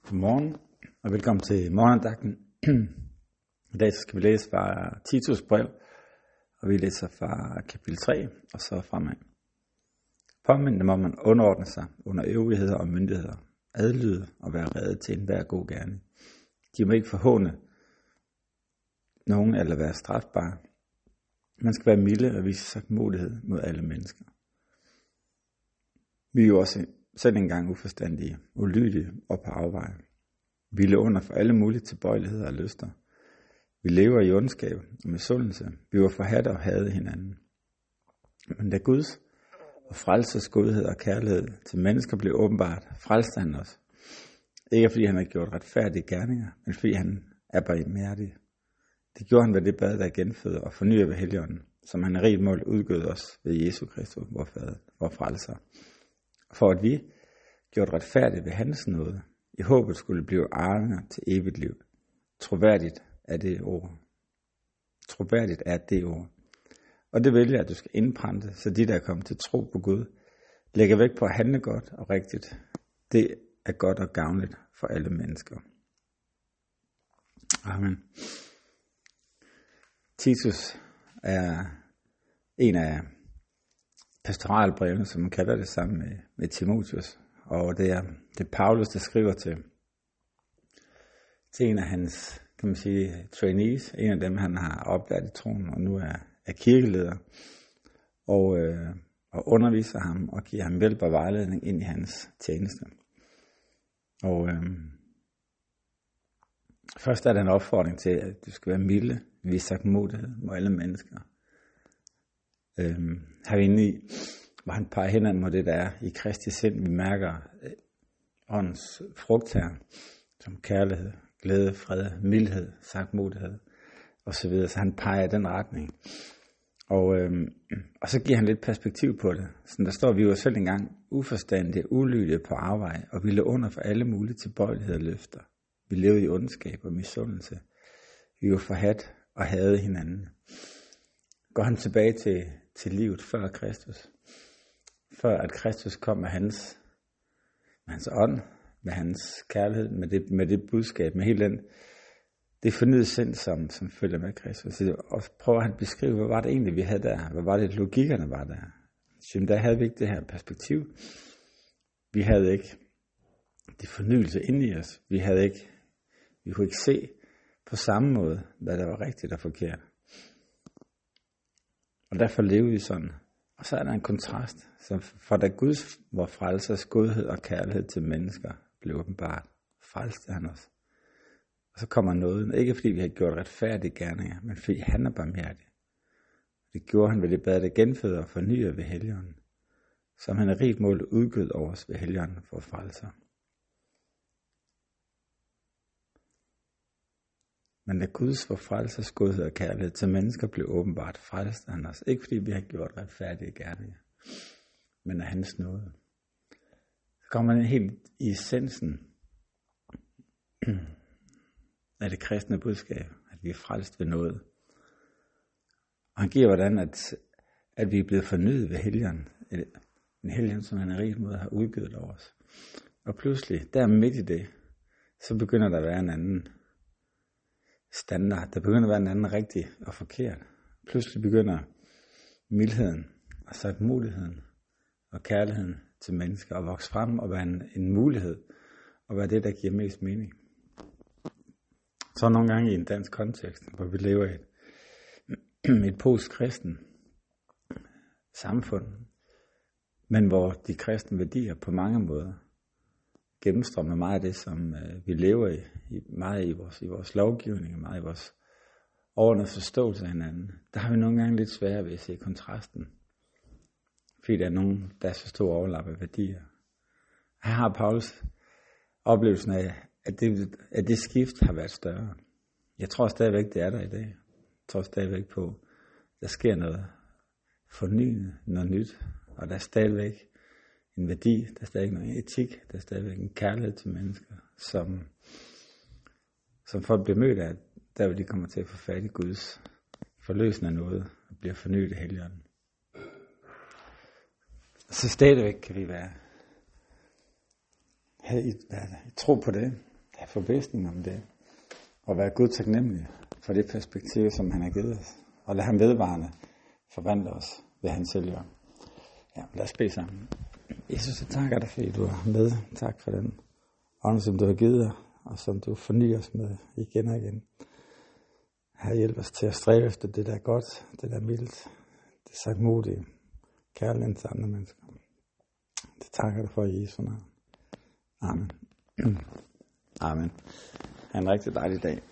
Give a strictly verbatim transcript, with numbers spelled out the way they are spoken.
Godmorgen og velkommen til morgenandagten. I dag skal vi læse fra Titus brev, og vi læser fra kapitel tre og så fremad. Påmindende må man underordne sig under øvrigheder og myndigheder, adlyde og være rede til enhver god gerning. De må ikke forhåne nogen eller være strafbare. Man skal være milde og vise sagtmodighed mod alle mennesker. Vi er jo også selv engang uforstandige, ulydige og på afveje. Vi lever under for alle mulige tilbøjeligheder og lyster. Vi lever i ondskab og misundelse. Vi var forhatte og havde hinanden. Men da Guds og frelses godhed og kærlighed til mennesker blev åbenbart, frelste han os. Ikke fordi han har gjort retfærdige gerninger, men fordi han er barmhjertig. Det gjorde han ved det bad, der genføder og fornyer ved Helligånden, som han er rigt mål udgød os ved Jesu Kristus, vor Fader, vor frelser. For at vi, gjort retfærdigt ved hans nåde, i håbet skulle blive arvinger til evigt liv. Troværdigt er det ord. Troværdigt er det ord. Og det vælger, at du skal indprænte, så de, der er kommet til tro på Gud, lægger vægt på at handle godt og rigtigt. Det er godt og gavnligt for alle mennesker. Amen. Titus er en af pastoralbrevene, som man kalder det, sammen med, med Timotheus. Og det er, det er Paulus, der skriver til, til en af hans, kan man sige, trainees, en af dem, han har oplært i troen, og nu er, er kirkeleder, og, øh, og underviser ham, og giver ham hjælp og vejledning ind i hans tjeneste. Og øh, først er der en opfordring til, at du skal være milde, vise sagtmodighed mod alle mennesker. Øh, her er vi inde i, hvor han peger hen mod det, der er i Kristi sind. Vi mærker øh, åndens frugt her, som kærlighed, glæde, fred, mildhed, sagtmodighed osv. Så han peger i den retning. Og, øh, og så giver han lidt perspektiv på det. Så der står, vi var selv engang uforstandige, ulydige på afvej, og vi lå under for alle mulige tilbøjeligheder og løfter. Vi levede i ondskab og misundelse. Vi var forhadt og havde hinanden. Går han tilbage til, til livet før Kristus. Før at Kristus kom med hans, med hans ånd, med hans kærlighed, med det, med det budskab, med hele den, det fornyede sind, som, som følger med Kristus. Og prøver han at beskrive, hvad var det egentlig, vi havde der? Hvad var det, logikkerne var der? Så der havde vi ikke det her perspektiv. Vi havde ikke det fornyelse inde i os. Vi havde ikke, vi kunne ikke se på samme måde, hvad der var rigtigt og forkert. Og derfor levede vi sådan. Og så er der en kontrast, så for da Guds, vor frelsers godhed og kærlighed til mennesker blev åbenbart, frelste han os. Og så kommer nåden, ikke fordi vi har gjort retfærdige gerninger, men fordi han er barmhjertig. Det gjorde han ved det bad, der genføder og fornyer ved Helligånden, som han er rigt mål udgød over os ved Helligånden for frelser. Men da Guds vor frelsers godhed og kærlighed til mennesker blev åbenbart, frelste han os. Ikke fordi vi har gjort retfærdige gerninger, men af hans nåde. Så kommer man helt i essensen af det kristne budskab, at vi er frelst ved noget. Og han giver hvordan, at, at vi er blevet fornyet ved Helligånden. En Helligånd, som han er rigt måde har udgivet over os. Og pludselig, der midt i det, så begynder der at være en anden standard. Der begynder at være en anden rigtig og forkert. Pludselig begynder mildheden og sagtmodigheden og kærligheden til mennesker at vokse frem og være en, en mulighed og være det, der giver mest mening. Så nogle gange i en dansk kontekst, hvor vi lever i et, et postkristen samfund, men hvor de kristne værdier på mange måder gennemstrømmer meget af det, som øh, vi lever i, i, meget i vores, i vores lovgivning, meget i vores overordnede forståelse af hinanden. Der har vi nogle gange lidt sværere ved at se kontrasten, fordi der er nogen, der er så stor overlap af værdier. Her har Paulus oplevelsen af, at det, at det skift har været større. Jeg tror stadigvæk, det er der i dag. Jeg tror stadigvæk på, at der sker noget fornyende, noget nyt, og der er stadigvæk en værdi, der er stadig noget etik, der er stadigvæk en kærlighed til mennesker, som, som folk bliver mødt af, der hvor de kommer til at få fat i Guds forløsning af noget, og bliver fornyet i Helligånden. Så stadigvæk kan vi være, have i, have, tro på det, forvisning om det. Og være Gud taknemmelig for det perspektiv, som han har givet os. Og lad ham vedvarende forvandle os ved hans selvjord. Ja, lad os bede sammen. Jesus, jeg takker dig, fordi du er med. Tak for den ånd, som du har givet dig, og som du fornyer os med igen og igen. Her hjælp os til at stræbe efter det, der er godt, det der er mildt, det er sagt modigt, kærligheden til andre mennesker. Det takker dig for i Jesu navn. Amen. Amen. Ha' en rigtig dejlig dag.